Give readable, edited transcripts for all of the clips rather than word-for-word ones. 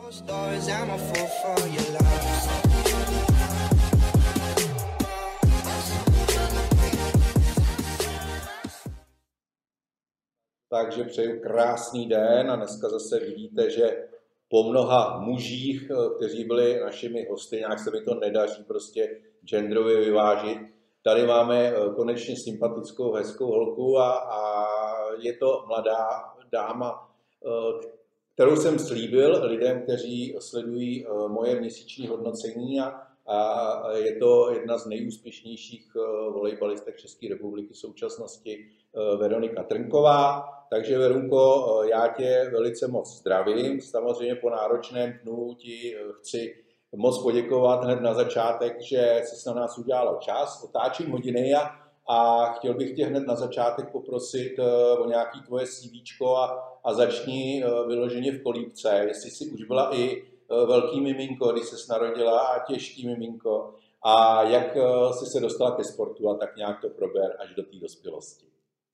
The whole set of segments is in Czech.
Takže přeju krásný den a dneska zase vidíte, že po mnoha mužích, kteří byli našimi hosty, nějak se mi to nedaří prostě genderově vyvážit. Tady máme konečně sympatickou, hezkou holku a je to mladá dáma, kterou jsem slíbil lidem, kteří sledují moje měsíční hodnocení a je to jedna z nejúspěšnějších volejbalistek České republiky v současnosti, Veronika Trnková. Takže Verunko, já tě velice moc zdravím. Samozřejmě po náročném dnu ti chci moc poděkovat hned na začátek, že jsi na nás udělala čas. Otáčím hodiny a chtěl bych tě hned na začátek poprosit o nějaké tvoje CVčko a začni vyloženě v kolíbce. Jestli jsi už byla i velký miminko, když jsi narodila, a těžký miminko, a jak jsi se dostala ke sportu, a tak nějak to prober až do té dospělosti.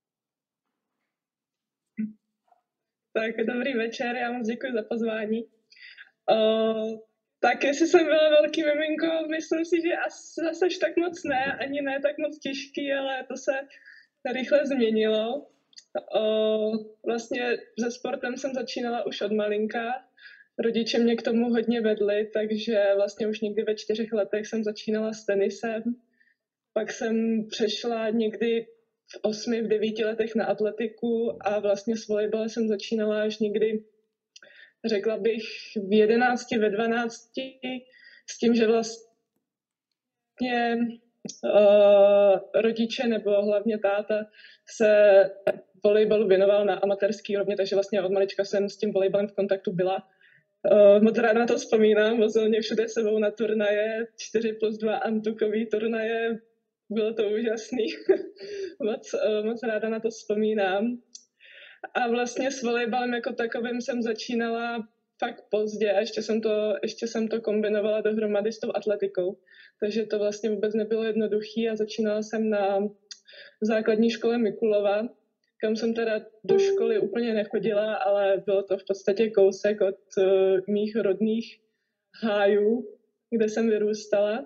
Tak dobrý večer, já moc děkuji za pozvání. Tak jestli jsem byla velký miminko, myslím si, že zase tak moc ne, ani ne tak moc těžký, ale to se rychle změnilo. Vlastně se sportem jsem začínala už od malinka. Rodiče mě k tomu hodně vedli, takže vlastně už někdy ve 4 letech jsem začínala s tenisem. Pak jsem přešla někdy v 8, v 9 letech na atletiku a vlastně s volejbalem jsem začínala až někdy, řekla bych, v 11, ve 12, s tím, že vlastně rodiče nebo hlavně táta se volejbalu věnoval na amatérský úrovni, takže vlastně od malička jsem s tím volejbalem v kontaktu byla. Moc ráda na to vzpomínám, vozil mě všude sebou na turnaje, 4+2 antukový turnaje, bylo to úžasný, moc ráda na to vzpomínám. A vlastně s volejbalem jako takovým jsem začínala fakt pozdě a ještě jsem to kombinovala dohromady s tou atletikou. Takže to vlastně vůbec nebylo jednoduché a začínala jsem na základní škole Mikulova, kam jsem teda do školy úplně nechodila, ale bylo to v podstatě kousek od mých rodných hájů, kde jsem vyrůstala.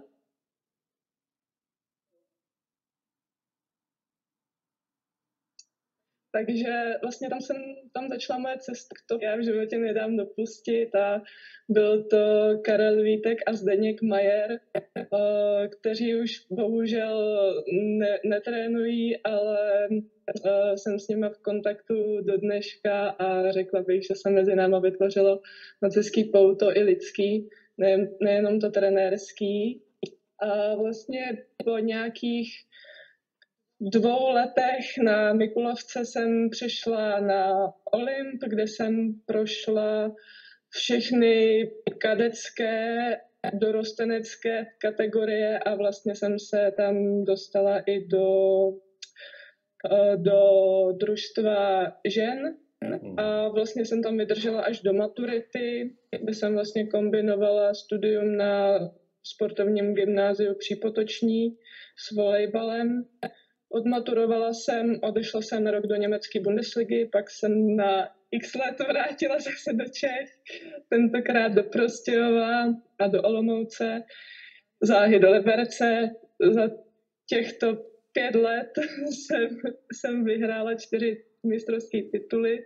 Takže vlastně tam začala moje cesta, to já v životě nedám dopustit, a byl to Karel Vítek a Zdeněk Majer, kteří už bohužel netrénují, ale jsem s nimi v kontaktu do dneška a řekla bych, že se mezi náma vytvořilo moc hezký pouto i lidský, nejenom to trenérský. A vlastně po nějakých 2 letech na Mikulovce jsem přišla na Olymp, kde jsem prošla všechny kadecké, dorostenecké kategorie a vlastně jsem se tam dostala i do družstva žen. A vlastně jsem tam vydržela až do maturity, kde jsem vlastně kombinovala studium na sportovním gymnáziu Přípotoční s volejbalem. Odmaturovala jsem, odešla jsem na rok do německé Bundesligy, pak jsem na x let vrátila zase do Čech, tentokrát do Prostějova a do Olomouce, záhy do Liberce. Za těchto 5 let jsem vyhrála 4 mistrovské tituly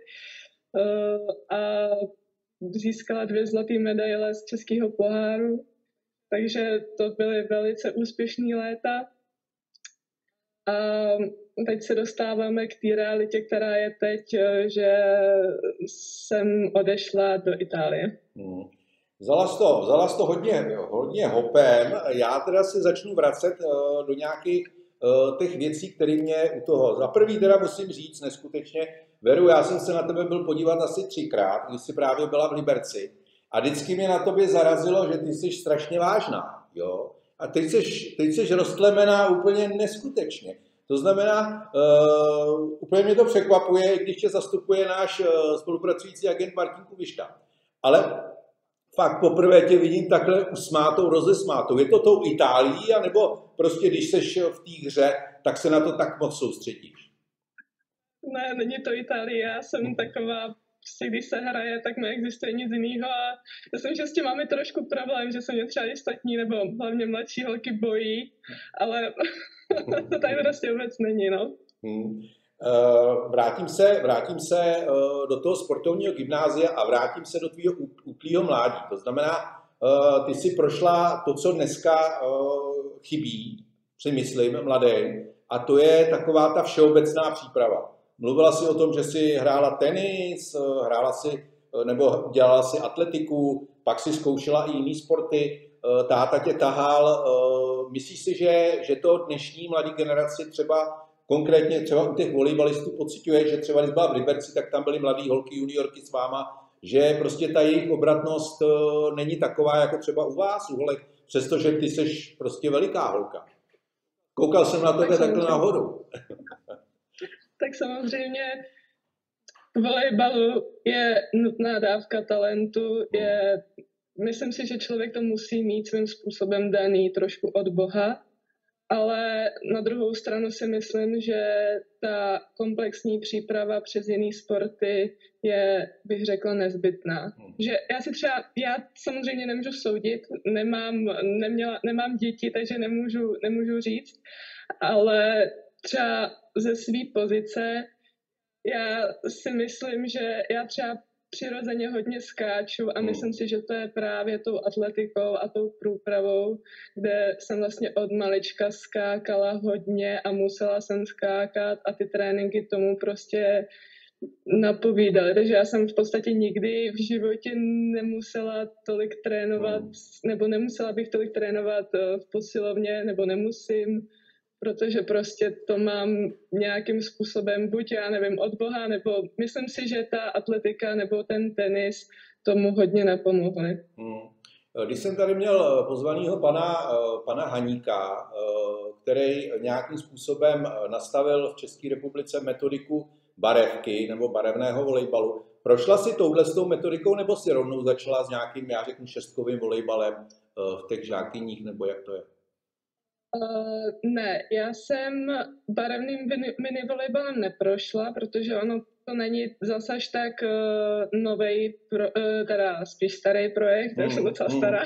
a získala 2 zlaté medaile z českého poháru, takže to byly velice úspěšné léta. A teď se dostáváme k té realitě, která je teď, že jsem odešla do Itálie. Vzala to hodně hopem. Já teda se začnu vracet do nějakých těch věcí, které mě u toho... Za prvý teda musím říct neskutečně, Veru, já jsem se na tebe byl podívat asi 3krát, když jsi právě byla v Liberci. A vždycky mě na tobě zarazilo, že ty jsi strašně vážná, jo? A teď jsi roztlemená úplně neskutečně. To znamená, úplně mě to překvapuje, když tě zastupuje náš spolupracující agent Martin Kubišta. Ale fakt poprvé tě vidím takhle usmátou, rozesmátou. Je to tou Itálií, anebo prostě když seš v té hře, tak se na to tak moc soustředíš? Ne, není to Itálie, já jsem taková prostě když se hraje, tak neexistuje nic jiného a já jsem, že s tím máme trošku problém, že se mě třeba ostatní nebo hlavně mladší holky bojí, ale to tady prostě vůbec není, no. Vrátím se do toho sportovního gymnázia a vrátím se do tvýho útlýho mládí. To znamená, ty si prošla to, co dneska chybí, si myslím, mladým, a to je taková ta všeobecná příprava. Mluvila jsi o tom, že jsi hrála tenis, hrála si nebo dělala si atletiku, pak si zkoušela i jiné sporty, táta tě tahal. Myslíš si, že to dnešní mladí generaci třeba konkrétně třeba u těch volejbalistů pociťuje, že třeba když byla v Liberci, tak tam byly mladý holky, juniorky s váma, že prostě ta jejich obratnost není taková jako třeba u vás, u holek, přestože ty seš prostě veliká holka. Koukal jsem na tebe takhle nahoru. Tak samozřejmě v volejbalu je nutná dávka talentu, myslím si, že člověk to musí mít svým způsobem daný trošku od Boha, ale na druhou stranu si myslím, že ta komplexní příprava přes jiné sporty je, bych řekla, nezbytná. Že já samozřejmě nemůžu soudit, nemám děti, takže nemůžu říct, ale třeba ze své pozice já si myslím, že já třeba přirozeně hodně skáču a myslím si, že to je právě tou atletikou a tou průpravou, kde jsem vlastně od malička skákala hodně a musela jsem skákat a ty tréninky tomu prostě napovídaly. Takže já jsem v podstatě nikdy v životě nemusela tolik trénovat, nebo nemusela bych tolik trénovat v posilovně, nebo nemusím, protože prostě to mám nějakým způsobem, buď já nevím, od Boha, nebo myslím si, že ta atletika nebo ten tenis tomu hodně napomohly. Když jsem tady měl pozvanýho pana Haníka, který nějakým způsobem nastavil v České republice metodiku barevky nebo barevného volejbalu, prošla si touhle s tou metodikou nebo si rovnou začala s nějakým, já řeknu, šestkovým volejbalem v těch žákyních, nebo jak to je? Ne, já jsem barevným minivolejbalem neprošla, protože ono to není zase až tak novej, teda spíš starý projekt, já jsem docela stará.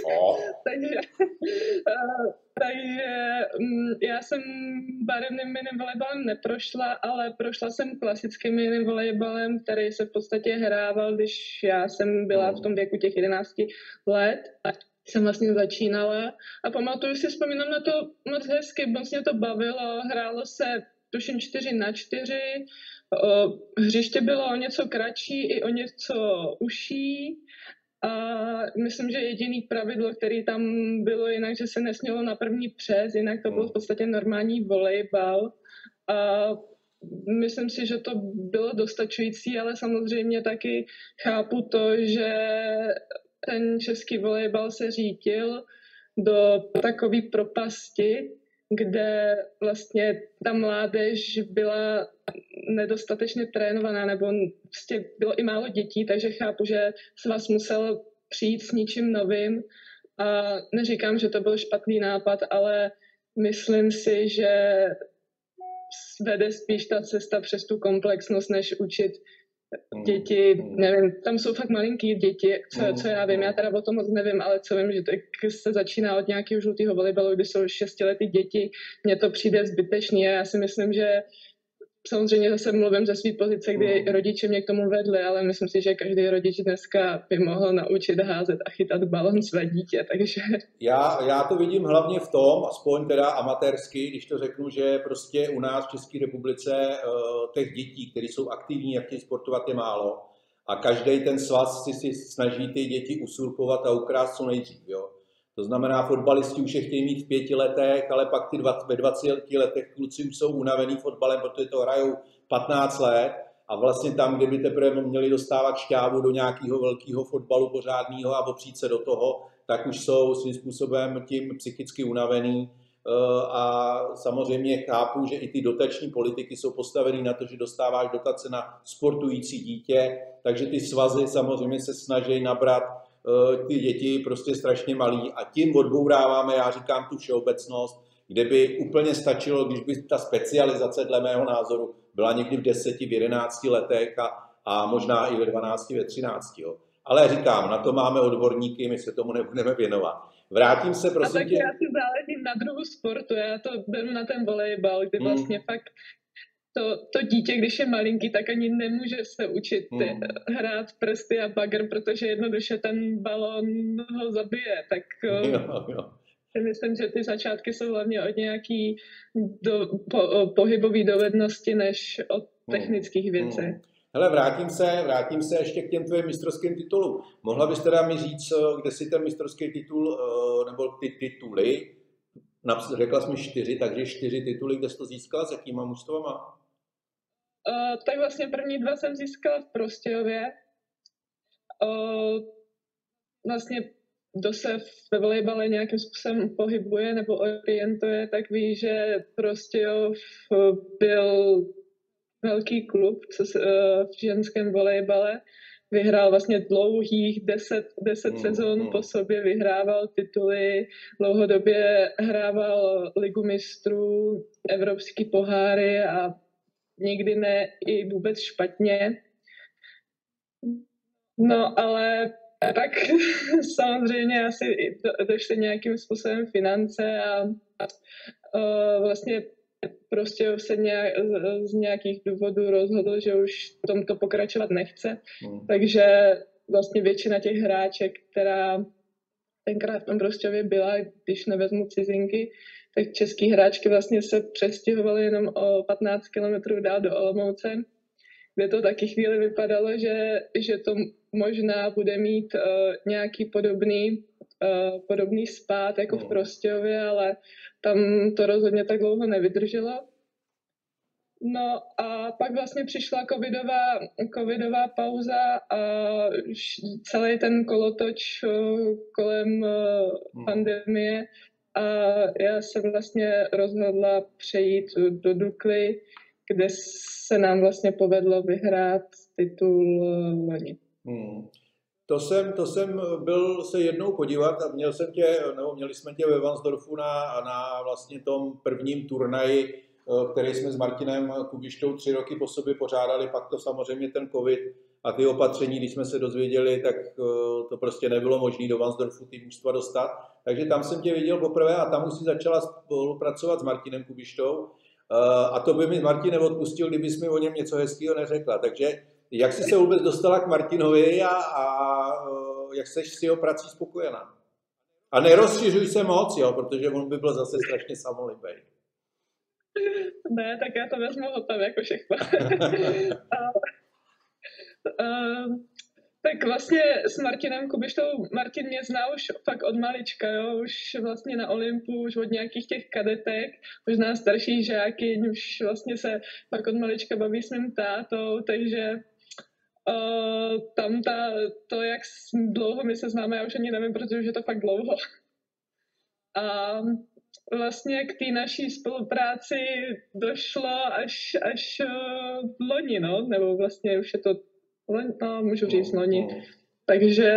takže já jsem barevným minivolejbalem neprošla, ale prošla jsem klasickým minivolejbalem, který se v podstatě hrával, když já jsem byla v tom věku těch 11 let. Jsem vlastně začínala a pamatuju si, vzpomínám na to moc hezky, moc mě to bavilo, hrálo se tuším 4x4, hřiště bylo o něco kratší i o něco užší a myslím, že jediný pravidlo, který tam bylo jinak, že se nesmělo na první přes, jinak to byl v podstatě normální volejbal a myslím si, že to bylo dostačující, ale samozřejmě taky chápu to, že ten český volejbal se řítil do takové propasti, kde vlastně ta mládež byla nedostatečně trénovaná, nebo vlastně bylo i málo dětí, takže chápu, že svaz musel přijít s ničím novým a neříkám, že to byl špatný nápad, ale myslím si, že vede spíš ta cesta přes tu komplexnost, než učit děti, nevím, tam jsou fakt malinký děti, co já vím, já teda o tom moc nevím, ale co vím, že tak se začíná od nějakého žlutého volejbalu, kdy jsou 6letý děti, mně to přijde zbytečný a já si myslím, že samozřejmě zase mluvím ze své pozice, kdy rodiče mě k tomu vedli, ale myslím si, že každý rodič dneska by mohl naučit házet a chytat balon své dítě, takže... Já to vidím hlavně v tom, aspoň teda amatérsky, když to řeknu, že prostě u nás v České republice těch dětí, které jsou aktivní a chtějí sportovat, je málo a každý ten svaz si snaží ty děti usurpovat a ukrást co nejdřív, jo. To znamená, fotbalisti už je chtějí mít v 5 letech, ale pak ve 20 letech kluci už jsou unavený fotbalem, protože to hrajou 15 let a vlastně tam, kde by teprve měli dostávat šťávu do nějakého velkého fotbalu pořádného a opřít se do toho, tak už jsou svým způsobem tím psychicky unavený. A samozřejmě chápu, že i ty dotační politiky jsou postavený na to, že dostáváš dotace na sportující dítě, takže ty svazy samozřejmě se snaží nabrat ty děti prostě strašně malý a tím odbouráváme, já říkám, tu všeobecnost, kde by úplně stačilo, když by ta specializace dle mého názoru byla někdy v 10, v 11 letech a možná i ve 12, ve 13. Jo. Ale říkám, na to máme odborníky, my se tomu nebudeme věnovat. Vrátím se, prosím tě. A taky asi záleží na druhu sportu. Já to beru na ten volejbal, kdy vlastně fakt to dítě, když je malinký, tak ani nemůže se učit hrát prsty a bagr, protože jednoduše ten balón ho zabije. Tak jo. Myslím, že ty začátky jsou hlavně od nějaký pohybové dovednosti, než od technických věcí. Hele, vrátím se ještě k těm tvým mistrovským titulům. Mohla bys teda mi říct, kde si ten mistrovský titul, nebo ty tituly, řekla jsi mi 4, takže 4 tituly, kde jsi to získala, s jakýma mužstvama? Tak vlastně první 2 jsem získala v Prostějově. Vlastně kdo se ve volejbale nějakým způsobem pohybuje nebo orientuje, tak ví, že Prostějov byl velký klub v ženském volejbale. Vyhrál vlastně dlouhých 10 sezón po sobě, vyhrával tituly, dlouhodobě hrával Ligu mistrů, evropský poháry a nikdy ne i vůbec špatně. No ale tak samozřejmě asi došly nějakým způsobem finance a vlastně prostě se z nějakých důvodů rozhodl, že už v tomto pokračovat nechce. Takže vlastně většina těch hráček, která tenkrát v tom Prostějově byla, když nevezmu cizinky, tak český hráčky vlastně se přestěhovaly jenom o 15 kilometrů dál do Olomouce, kde to taky chvíli vypadalo, že to možná bude mít nějaký podobný spád jako v Prostějově, ale tam to rozhodně tak dlouho nevydrželo. No a pak vlastně přišla covidová pauza a celý ten kolotoč kolem pandemie a já se vlastně rozhodla přejít do Dukly, kde se nám vlastně povedlo vyhrát titul loni. To jsem byl se jednou podívat a měli jsme tě ve Varnsdorfu na vlastně tom prvním turnaji, který jsme s Martinem Kubištou 3 roky po sobě pořádali, pak to samozřejmě ten covid a ty opatření, když jsme se dozvěděli, tak to prostě nebylo možné do Varnsdorfu ty mužstva dostat. Takže tam jsem tě viděl poprvé a tam už si začala spolupracovat s Martinem Kubištou. A to by mi Martin neodpustil, kdybys mi o něm něco hezkého neřekla. Takže jak jsi se vůbec dostala k Martinovi a jak jsi s jeho prací spokojená? A nerozšiřuj se moc, jo, protože on by byl zase strašně samolibý. Ne, tak já to vezmu hotově jako všechno. Tak vlastně s Martinem Kubištou, Martin mě zná už fakt od malička, jo? Už vlastně na Olympu, už od nějakých těch kadetek, možná starší žáky, už vlastně se fakt od malička baví s mým tátou, takže tam to, jak dlouho my se známe, já už ani nevím, protože už je to fakt dlouho. A vlastně k té naší spolupráci došlo až loni, no, nebo vlastně už je to no, můžu říct loni. Takže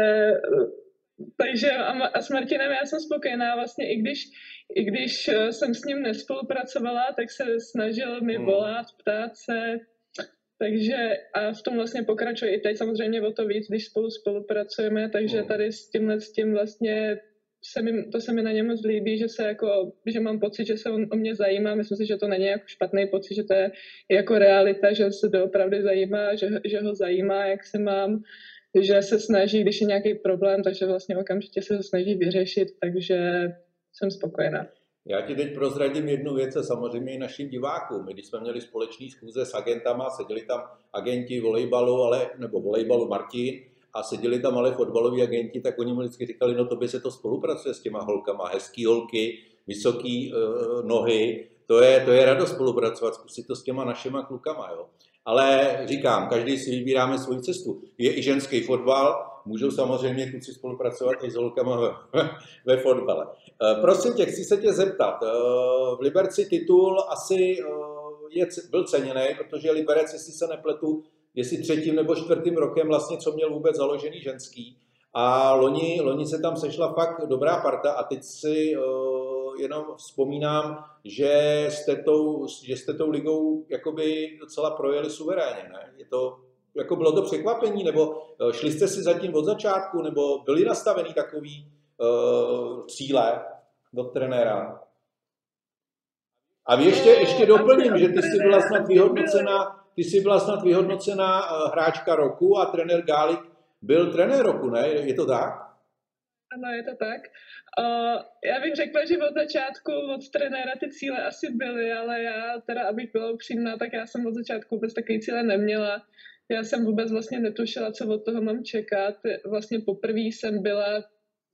a s Martinem já jsem spokojená vlastně, i když jsem s ním nespolupracovala, tak se snažil mi volat, ptát se, takže a v tom vlastně pokračuje i teď samozřejmě o to víc, když spolupracujeme, takže tady s tím vlastně se mi na něm moc líbí, že mám pocit, že se on o mě zajímá. Myslím si, že to není jako špatný pocit, že to je jako realita, že se doopravdy zajímá, že ho zajímá, jak se mám, že se snaží, když je nějaký problém, takže vlastně okamžitě se ho snaží vyřešit, takže jsem spokojená. Já ti teď prozradím jednu věc a samozřejmě i našim divákům. My, když jsme měli společný schůze s agentama, seděli tam agenti volejbalu Martin, a seděli tam ale fotbaloví agenti, tak oni mi vždycky říkali, no tobě se to spolupracuje s těma holkama, hezký holky, vysoký nohy, to je radost spolupracovat, zkusit to s těma našima klukama, jo. Ale říkám, každý si vybíráme svoji cestu. Je i ženský fotbal, můžou samozřejmě kluci spolupracovat i s holkama ve fotbale. Prosím tě, chci se tě zeptat, v Liberci titul asi byl ceněný, protože Liberec, jestli se nepletu, jestli 3. nebo 4. rokem vlastně, co měl vůbec založený ženský. A loni se tam sešla fakt dobrá parta a teď si jenom vzpomínám, že jste tou ligou jakoby docela projeli suverénně, ne? Je to jako bylo to překvapení, nebo šli jste si zatím od začátku, nebo byly nastavený takový cíle od trenéra? A ještě doplním, že ty jsi byla snad vyhodnocená hráčka roku a trenér Gálik byl trenér roku, ne? Je to tak? Ano, je to tak. Já bych řekla, že od začátku od trenéra ty cíle asi byly, ale já teda, abych byla upřímná, tak já jsem od začátku vůbec takový cíle neměla. Já jsem vůbec vlastně netušila, co od toho mám čekat. Vlastně poprvé jsem byla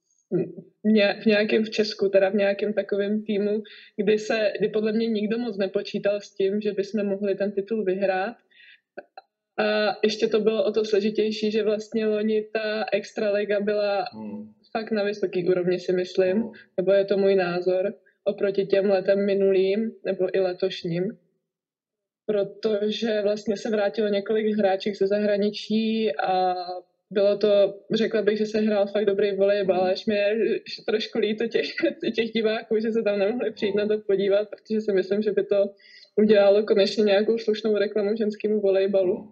v Česku, teda v nějakém takovém týmu, kdy podle mě nikdo moc nepočítal s tím, že bychom mohli ten titul vyhrát. A ještě to bylo o to složitější, že vlastně loni ta extraliga byla fakt na vysoký úrovni, si myslím, nebo je to můj názor, oproti těm letem minulým, nebo i letošním. Protože vlastně se vrátilo několik hráček ze zahraničí a bylo to, řekla bych, že se hrál fakt dobrý volejbal, až mě trošku líto těch diváků, že se tam nemohli přijít na to podívat, protože si myslím, že by to udělalo konečně nějakou slušnou reklamu ženskému volejbalu.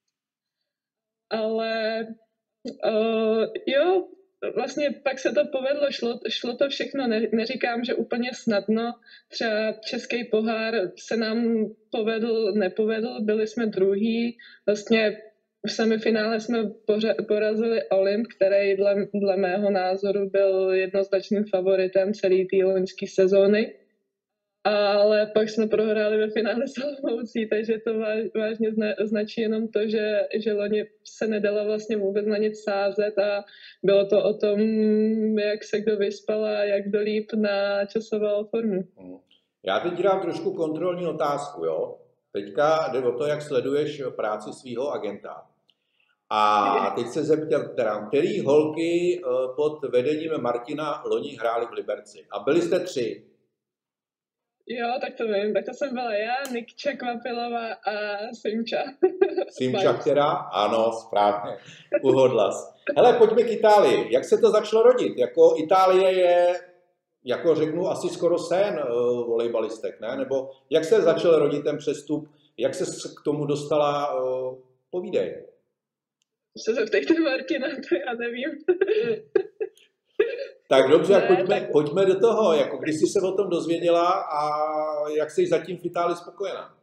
Ale jo, vlastně pak se to povedlo, šlo to všechno, neříkám, že úplně snadno, třeba český pohár se nám nepovedl, byli jsme druhý, vlastně v semifinále jsme porazili Olymp, který dle mého názoru byl jednoznačným favoritem celé té loňské sezóny. Ale pak jsme prohráli ve finále s Olomoucí, takže to vážně značí jenom to, že loni se nedala vlastně vůbec na nic sázet a bylo to o tom, jak se kdo vyspal a jak kdo líp načasoval formu. Já teď dám trošku kontrolní otázku, jo? Teďka jde o to, jak sleduješ práci svého agenta. A teď se zeptám, který holky pod vedením Martina loni hráli v Liberci? A byli jste 3. Jo, tak to vím. Tak to jsem byla já, Nikča Kvapilová a Simča. Simča, která? Ano, správně. Uhodlas. Hele, pojďme k Itálii. Jak se to začalo rodit? Jako Itálie je, jako řeknu, asi skoro sen volejbalistek, ne? Nebo jak se začal rodit ten přestup? Jak se k tomu dostala? Povídej. Se zeptejte Martina, to já nevím. Tak dobře, pojďme do toho. Jako, když jsi se o tom dozvěděla a jak jsi zatím v Itálii spokojená?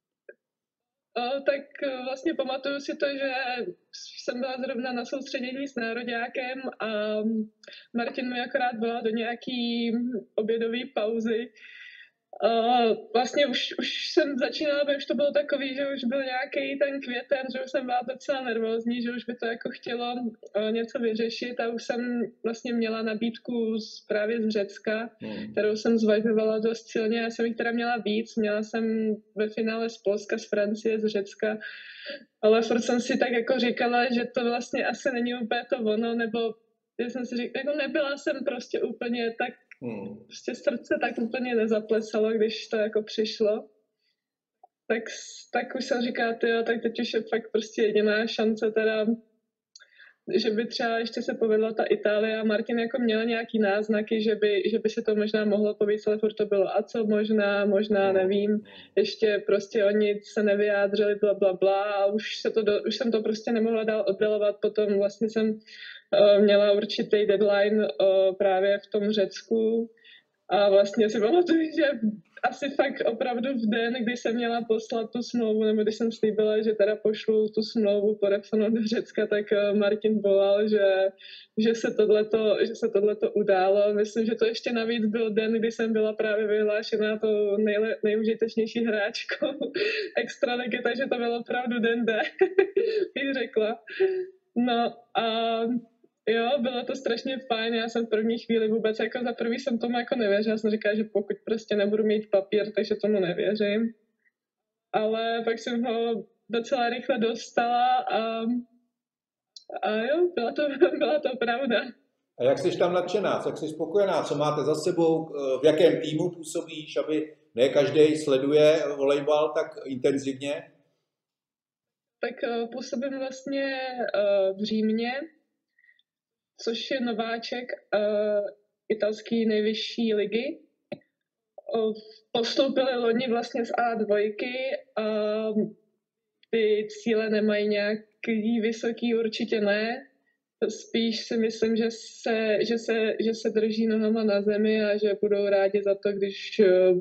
Tak vlastně pamatuju si to, že jsem byla zrovna na soustředění s nároďákem a Martin mi akorát volal do nějaký obědové pauzy. Vlastně už jsem začínala, už to bylo takový, že už byl nějaký ten květen, že už jsem byla docela nervózní, že už by to jako chtělo něco vyřešit a už jsem vlastně měla nabídku právě z Řecka, kterou jsem zvažovala dost silně. Já jsem jich teda měla víc, měla jsem ve finále z Polska, z Francie, z Řecka, ale furt jsem si tak jako říkala, že to vlastně asi není úplně to ono, nebo jsem si říkala, jako nebyla jsem prostě úplně tak prostě srdce tak úplně nezaplesalo, když to jako přišlo. Tak už jsem říkala, tyjo, tak teď už je fakt prostě jediná šance teda, že by třeba ještě se povedla ta Itálie a Martin jako měl nějaký náznaky, že by se to možná mohlo povíct, ale furt to bylo a co možná nevím. Ještě prostě oni se nevyjádřili blablabla a už jsem to prostě nemohla dál oddalovat. Potom vlastně jsem měla určitý deadline právě v tom Řecku a vlastně si pamatuju, že asi fakt opravdu v den, kdy jsem měla poslat tu smlouvu, nebo když jsem slíbila, že teda pošlu tu smlouvu podepsanou do Řecka, tak Martin volal, že se tohleto událo. Myslím, že to ještě navíc byl den, kdy jsem byla právě vyhlášená to nejužitečnější hráčkou extraligy, takže to byl opravdu den D, bych řekla. No a jo, bylo to strašně fajn, já jsem v první chvíli vůbec, jako za prvý jsem tomu jako nevěřila, já jsem říkala, že pokud prostě nebudu mít papír, takže tomu nevěřím. Ale pak jsem ho docela rychle dostala a jo, byla to pravda. A jak jsi tam nadšená, jak jsi spokojená, co máte za sebou, v jakém týmu působíš, aby ne každý sleduje volejbal tak intenzivně? Tak působím vlastně v Římě, což je nováček italské nejvyšší ligy. Postoupili loni vlastně z A2 a ty cíle nemají nějaký vysoký, určitě ne. Spíš si myslím, že se drží nohama na zemi a že budou rádi za to, když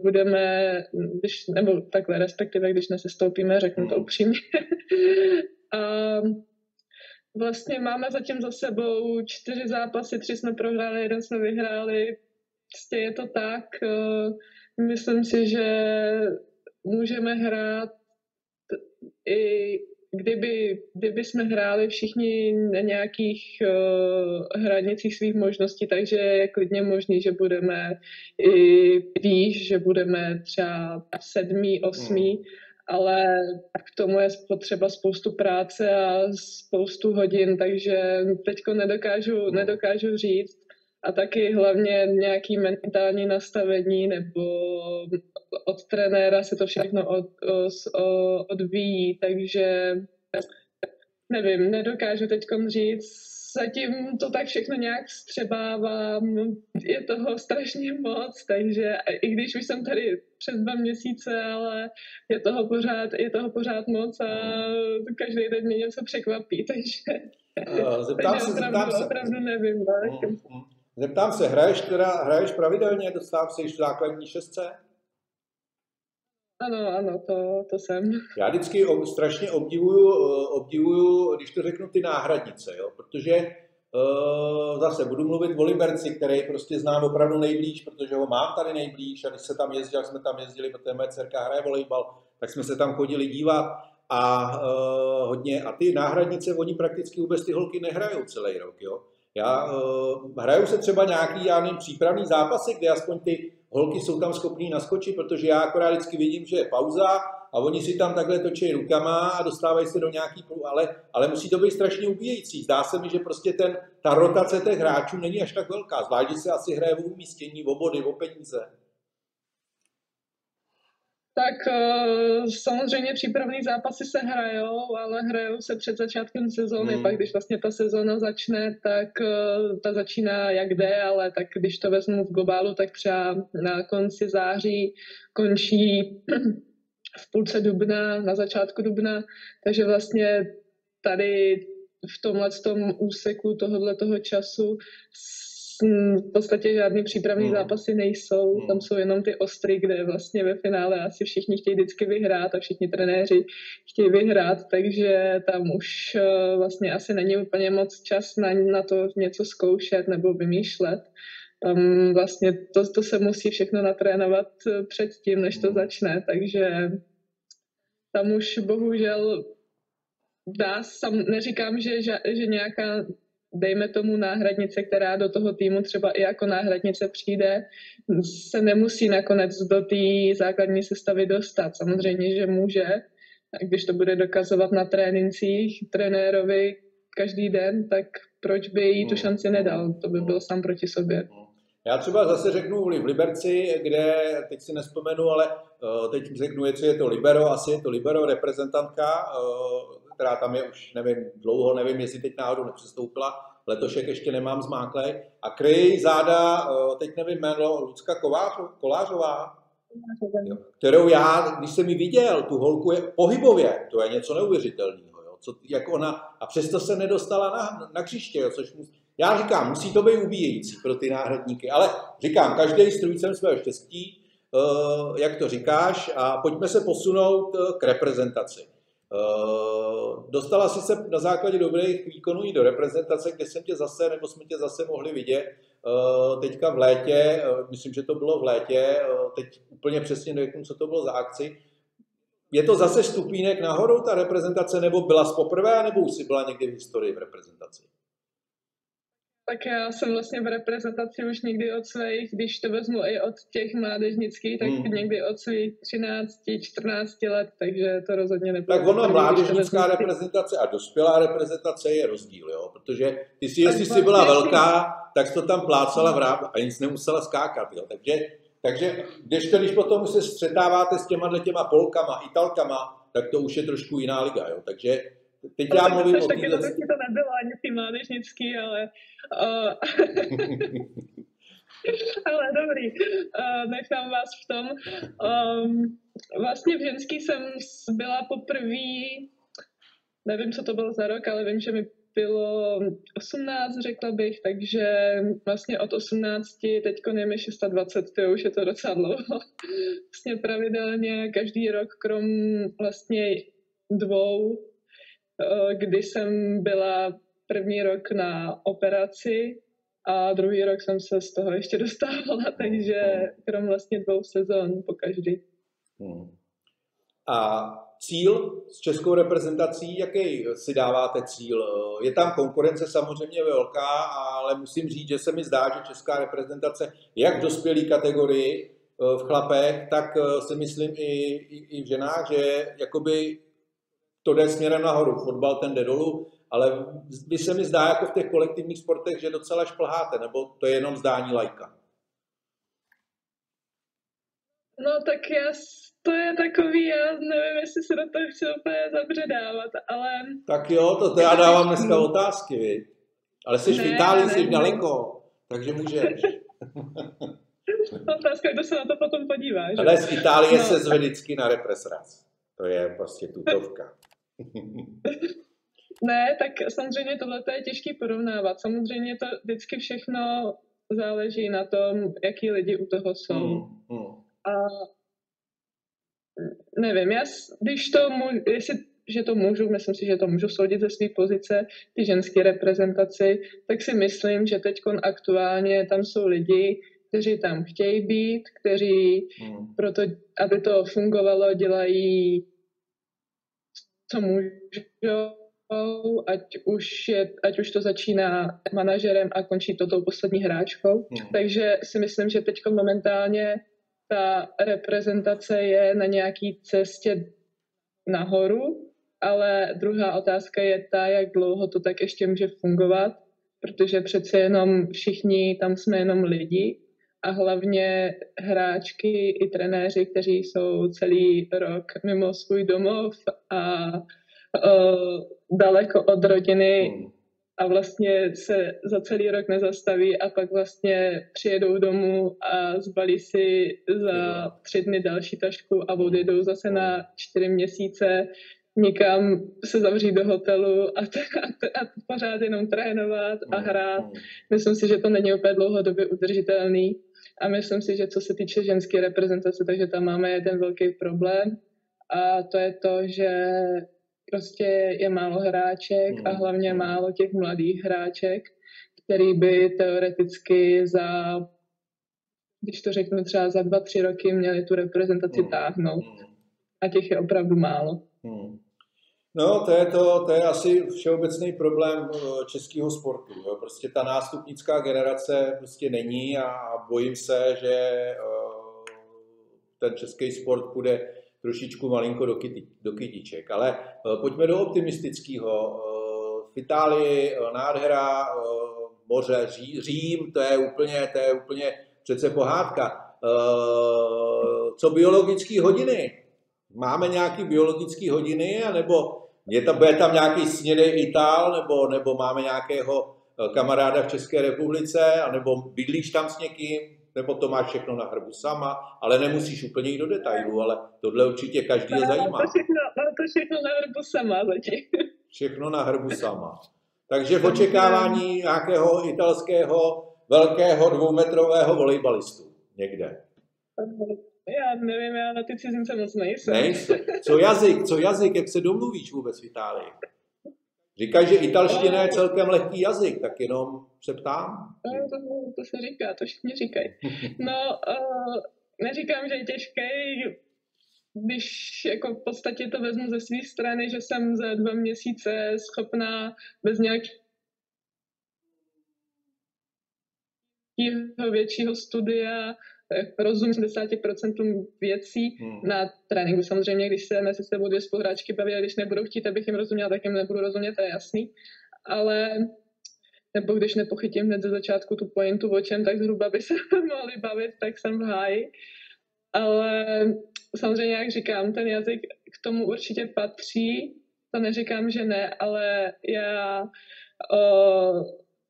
nebo takhle, respektive když nesestoupíme, řeknu to upřímně. A vlastně máme zatím za sebou 4 zápasy, 3 jsme prohráli, 1 jsme vyhráli. Prostě je to tak. Myslím si, že můžeme hrát i kdyby jsme hráli všichni na nějakých hranicích svých možností, takže je klidně možný, že budeme i výš, že budeme třeba 7., 8., ale k tomu je potřeba spoustu práce a spoustu hodin, takže teďko nedokážu říct. A taky hlavně nějaký mentální nastavení nebo od trenéra se to všechno odvíjí, takže nevím, nedokážu teď říct. Zatím to tak všechno nějak vstřebávám, je toho strašně moc, takže i když už jsem tady přes 2 měsíce, ale je toho pořád moc a každý den mě něco překvapí, takže opravdu nevím. Zeptám se, hraješ pravidelně, dostávám se již v základní 6? Ano, to jsem. Já vždycky strašně obdivuju, když to řeknu, ty náhradnice, jo? Protože zase budu mluvit o Liberci, který prostě znám opravdu nejblíž, protože ho mám tady nejblíž a když se tam jezdil, jsme tam jezdili, protože moje dcerka hraje volejbal, tak jsme se tam chodili dívat a hodně. A ty náhradnice, oni prakticky vůbec ty holky nehrajou celý rok, jo? Hrajou se třeba nějaký, přípravný zápasy, kde aspoň ty holky jsou tam schopný naskočit, protože já akorát vždycky vidím, že je pauza a oni si tam takhle točí rukama a dostávají se do nějaký, ale musí to být strašně ubíjející. Zdá se mi, že prostě ta rotace těch hráčů není až tak velká, zvlášť, že se asi hraje o umístění, o body, o peníze. Tak samozřejmě přípravné zápasy se hrajou, ale hrajou se před začátkem sezóny. Pak když vlastně ta sezóna začne, tak ta začíná jak jde, ale tak když to vezmu v globálu, tak třeba na konci září končí v půlce dubna, na začátku dubna, takže vlastně tady v tomhletom úseku tohoto času v podstatě žádný přípravný zápasy nejsou, tam jsou jenom ty ostry, kde vlastně ve finále asi všichni chtějí vždycky vyhrát a všichni trenéři chtějí vyhrát, takže tam už vlastně asi není úplně moc čas na to něco zkoušet nebo vymýšlet. Tam vlastně to se musí všechno natrénovat předtím, než to začne, takže tam už bohužel neříkám, že nějaká dejme tomu náhradnice, která do toho týmu třeba i jako náhradnice přijde, se nemusí nakonec do té základní sestavy dostat. Samozřejmě, že může, když to bude dokazovat na trénincích trenérovi každý den, tak proč by jí tu šanci nedal? To by byl sám proti sobě. Já třeba zase řeknu v Liberci, kde, teď si nespomenu, ale teď řeknu, jestli je to Libero, asi je to Libero, reprezentantka, která tam je už, dlouho, nevím, jestli teď náhodou nepřestoupila, letošek ještě nemám zmáklej, a kryjí záda, teď nevím jméno, Lucka Kolářová, kterou já, když jsem ji viděl, tu holku je pohybově, to je něco neuvěřitelného, a přesto se nedostala na hřiště, což já říkám, musí to být ubíjející pro ty náhradníky, ale říkám, každý strůjcem svého štěstí, jak to říkáš, a pojďme se posunout k reprezentaci. Dostala jsi se na základě dobrých výkonů i do reprezentace, kde jsme tě zase mohli vidět teďka v létě, myslím, že to bylo v létě, teď úplně přesně nevím, co to bylo za akci. Je to zase stupínek nahoru ta reprezentace, nebo byla jsi poprvé, nebo už jsi byla někdy v historii v reprezentaci? Tak já jsem vlastně v reprezentaci už někdy od svých, když to vezmu i od těch mládežnických, tak někdy od svých 13-14 let, takže to rozhodně nebylo. Tak ona mládežnická reprezentace a dospělá reprezentace je rozdíl, jo? Protože ty si, jestli jsi byla velká, tak jsi to tam plácala v ráb a nic nemusela skákat, jo? Takže když potom se střetáváte s těma Polkama, Italkama, tak to už je trošku jiná liga, jo? Takže teď já mluvím o téhle... To nebylo ani ty mládežnický, ale... ale dobrý, nechám vás v tom. Vlastně v ženský jsem byla poprvé nevím, co to bylo za rok, ale vím, že mi bylo 18, řekla bych, takže vlastně od 18, teďko je mi 26, to už je to docela dlouho. Vlastně pravidelně každý rok, krom vlastně 2, kdy jsem byla první rok na operaci a druhý rok jsem se z toho ještě dostávala, takže krom vlastně 2 sezon po každý. A cíl s českou reprezentací, jaký si dáváte cíl? Je tam konkurence samozřejmě velká, ale musím říct, že se mi zdá, že česká reprezentace jak v dospělé kategorii v chlapech, tak si myslím i v ženách, že jakoby to jde směrem nahoru. Fotbal ten jde dolů, ale by se mi zdá jako v těch kolektivních sportech, že docela šplháte, nebo to je jenom zdání laika? No tak to je takový, já nevím, jestli se do toho chci úplně zabředávat, ale... Tak jo, to já dávám dneska otázky, vy. Ale jsi v Itálii, jsi daleko, takže můžeš. Otázka, kdo se na to potom podívá, že? Ale z Itálie se zve vždycky na represrac. To je prostě tutovka. Ne, tak samozřejmě tohle je těžký porovnávat. Samozřejmě to vždycky všechno záleží na tom, jaký lidi u toho jsou. A nevím, že to můžu, myslím si, že to můžu soudit ze své pozice, ty ženské reprezentaci, tak si myslím, že teď aktuálně tam jsou lidi, kteří tam chtějí být, kteří proto, aby to fungovalo, dělají, co můžou, ať už to začíná manažerem a končí to tou poslední hráčkou. Takže si myslím, že teď momentálně ta reprezentace je na nějaký cestě nahoru, ale druhá otázka je ta, jak dlouho to tak ještě může fungovat, protože přece jenom všichni tam jsme jenom lidi a hlavně hráčky i trenéři, kteří jsou celý rok mimo svůj domov a daleko od rodiny a vlastně se za celý rok nezastaví a pak vlastně přijedou domů a zbalí si za 3 dny další tašku a odjedou zase na 4 měsíce někam se zavřít do hotelu a pořád jenom trénovat a hrát. Myslím si, že to není úplně dlouhodobě udržitelný a myslím si, že co se týče ženské reprezentace, takže tam máme jeden velký problém a to je to, že prostě je málo hráček a hlavně málo těch mladých hráček, který by teoreticky když to řeknu třeba za 2-3 roky, měli tu reprezentaci táhnout. A těch je opravdu málo. No, to je asi všeobecný problém českého sportu. Jo. Prostě ta nástupnická generace prostě není a bojím se, že ten český sport půjde trošičku malinko do kytiček. Ale pojďme do optimistického. V Itálii nádhera, moře, Řím, to je úplně přece pohádka. Co biologické hodiny? Máme nějaké biologické hodiny, anebo bude tam nějaký snědej Itál, nebo máme nějakého kamaráda v České republice, anebo bydlíš tam s někým, nebo to máš všechno na hrbu sama, ale nemusíš úplně jít do detailů, ale tohle určitě každý je zajímá. To všechno na hrbu sama zatím. Všechno na hrbu sama. Takže v očekávání nějakého italského velkého 2metrového volejbalistu někde. Já nevím, já na ty cizince moc nejsem. Co jazyk, jak se domluvíš vůbec v Itálii? Říkají, že italština je celkem lehký jazyk, tak jenom se ptám. No, to se říká, to všichni říkají. No, neříkám, že je těžký, když jako v podstatě to vezmu ze své strany, že jsem za 2 měsíce schopná bez nějakého většího studia rozumím 70% věcí na tréninku. Samozřejmě, když se mezi sebou 2 spoluhráčky baví, a když nebudou chtít, abych jim rozuměla, tak jim nebudu rozumět, to je jasný. Ale nebo když nepochytím hned ze začátku tu pointu o čem, tak zhruba by se mohli bavit, tak jsem v háji. Ale samozřejmě, jak říkám, ten jazyk k tomu určitě patří. To neříkám, že ne, ale já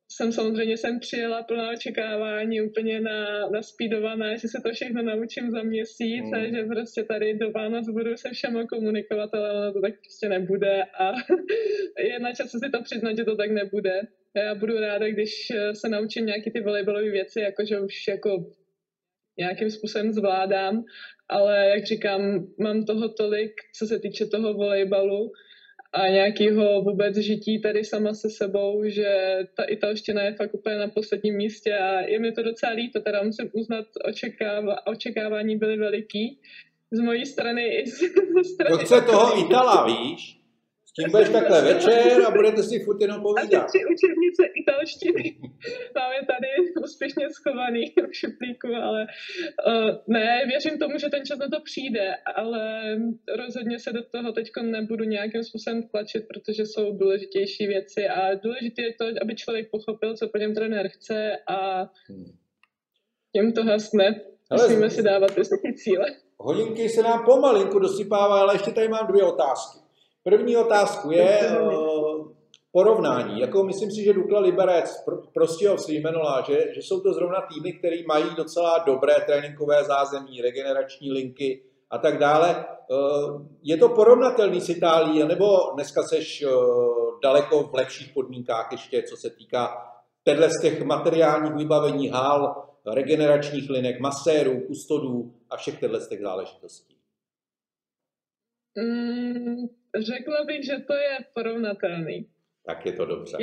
jsem samozřejmě sem přijela plná očekávání, úplně naspídovaná, že se to všechno naučím za měsíc a že prostě tady do Vánoc budu se všema komunikovat, ale ono to tak prostě nebude a je na čase si to přiznat, že to tak nebude. Já budu ráda, když se naučím nějaký ty volejbalové věci, jakože už jako nějakým způsobem zvládám, ale jak říkám, mám toho tolik, co se týče toho volejbalu a nějakého vůbec žití tady sama se sebou, že ta italština je fakt úplně na posledním místě a je mi to docela líto, teda musím uznat, očekávání byly veliký z mojí strany i z strany... To chce toho Itala, víš? S tím budeš takhle večer a budete si furt jenom povídat. A 3 učebnice italštiny máme tady úspěšně schovaný v šuplíku, ale ne, věřím tomu, že ten čas na to přijde, ale rozhodně se do toho teď nebudu nějakým způsobem tlačit, protože jsou důležitější věci a důležité je to, aby člověk pochopil, co po něm trenér chce a tím to hasne. Musíme si dávat ty cíle. Hodinky se nám pomalinku dosypávají, ale ještě tady mám 2 otázky. První otázku je porovnání. Jako myslím si, že Dukla Liberec, Prostějov si jmenovala, že jsou to zrovna týmy, které mají docela dobré tréninkové zázemí, regenerační linky a tak dále. Je to porovnatelný s Itálií, nebo dneska seš daleko v lepších podmínkách ještě, co se týká z těch materiálních vybavení hal, regeneračních linek, masérů, kustodů a všech z těch záležitostí? Řekla bych, že to je porovnatelný. Tak je to dobře.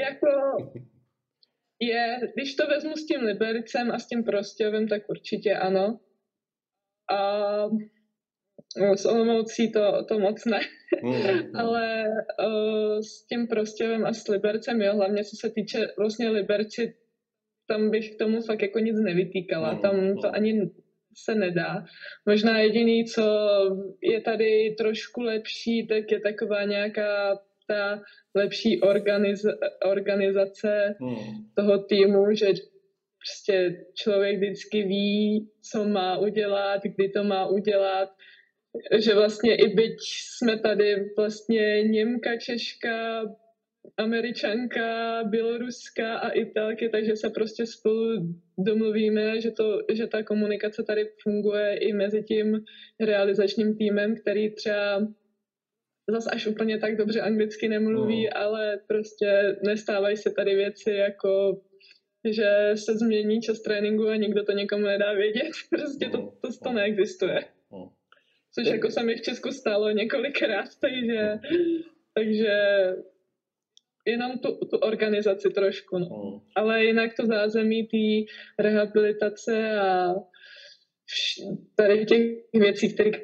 Když to vezmu s tím Libercem a s tím Prostějovem, tak určitě ano. A s Olomoucí to moc ne. Ale s tím Prostějovem a s Libercem, jo, hlavně co se týče vlastně Liberci, tam bych k tomu fakt jako nic nevytýkala. Tam to ani se nedá. Možná jediný, co je tady trošku lepší, tak je taková nějaká ta lepší organizace toho týmu, že prostě člověk vždycky ví, co má udělat, kdy to má udělat, že vlastně i byť jsme tady vlastně Němka, Češka, Američanka, Běloruska a Italky, takže se prostě spolu domluvíme, že ta komunikace tady funguje i mezi tím realizačním týmem, který třeba zas až úplně tak dobře anglicky nemluví, ale prostě nestávají se tady věci jako, že se změní čas tréninku a nikdo to někomu nedá vědět. Prostě to neexistuje. Což jako se mi v Česku stalo několikrát, takže jenom tu organizaci trošku, no. Ale jinak to zázemí té rehabilitace a tady těch věcí, které k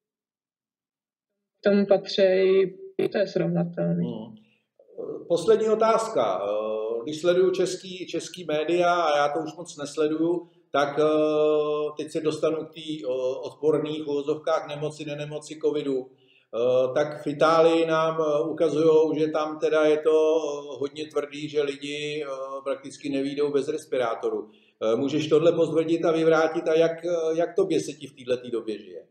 tomu patří, to je srovnatelné. Poslední otázka. Když sleduju český média, a já to už moc nesleduju, tak teď se dostanu k té odporných uvozovkách nemoci, nenemoci covidu. Tak v Itálii nám ukazují, že tam teda je to hodně tvrdý, že lidi prakticky nevyjdou bez respirátoru. Můžeš tohle potvrdit a vyvrátit a jak tobě se ti v této době žije?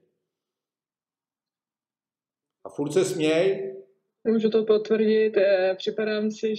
A furt se směj. Můžu to potvrdit, připadám si,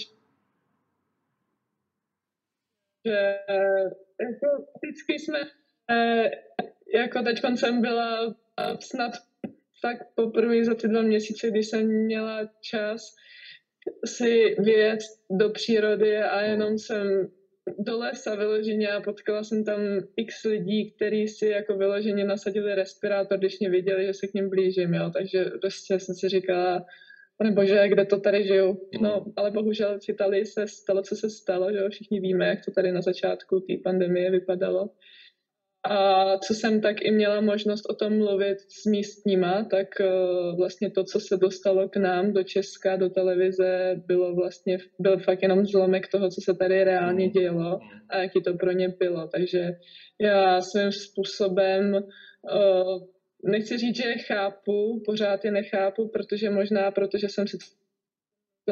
že jako vždycky jsme, jako teďkon jsem byla snad tak poprvé za ty 2 měsíce, když jsem měla čas si vyjet do přírody a jenom jsem do lesa vyloženě a potkala jsem tam x lidí, kteří si jako vyloženě nasadili respirátor, když mě viděli, že se k ním blížím, jo. Takže prostě jsem si říkala, pane bože, kde to tady žiju? No, ale bohužel v Itálii se stalo, co se stalo, že jo. Všichni víme, jak to tady na začátku té pandemie vypadalo. A co jsem tak i měla možnost o tom mluvit s místníma, tak vlastně to, co se dostalo k nám do Česka, do televize, byl fakt jenom zlomek toho, co se tady reálně dělo a jaký to pro ně bylo. Takže já svým způsobem nechci říct, že je chápu, pořád je nechápu, protože jsem si to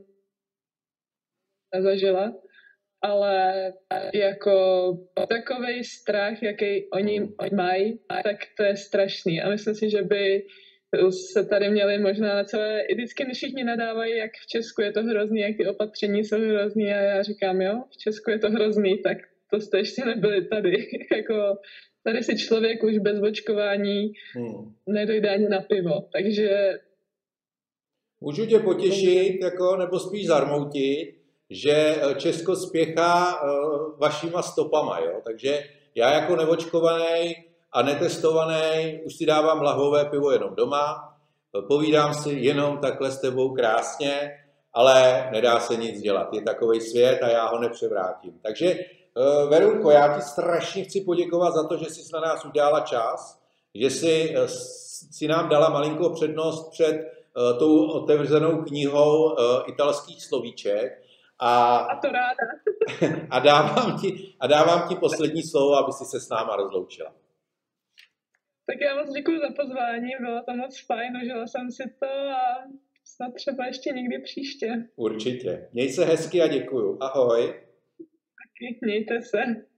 nezažila, ale jako takovej strach, jaký oni mají, tak to je strašný. A myslím si, že by se tady měli možná na celé, i vždycky všichni nadávají, jak v Česku je to hrozný, jak ty opatření jsou hrozný a já říkám, jo, v Česku je to hrozný, tak to jste ještě nebyli tady. Jako, tady si člověk už bez očkování nedojde ani na pivo, takže... Můžu tě potěšit, jako, nebo spíš zarmoutit, že Česko spěchá vašima stopama, jo? Takže já jako neočkovaný a netestovaný už si dávám lahvové pivo jenom doma, povídám si jenom takhle s tebou krásně, ale nedá se nic dělat. Je takovej svět a já ho nepřevrátím. Takže Verunko, já ti strašně chci poděkovat za to, že jsi na nás udělala čas, že jsi nám dala malinkou přednost před tou otevřenou knihou italských slovíček. A to ráda. A dávám ti poslední slovo, aby si se s náma rozloučila. Tak já moc děkuji za pozvání, bylo to moc fajn, užila jsem si to a snad třeba ještě někdy příště. Určitě. Měj se hezky a děkuju. Ahoj. Taky, mějte se.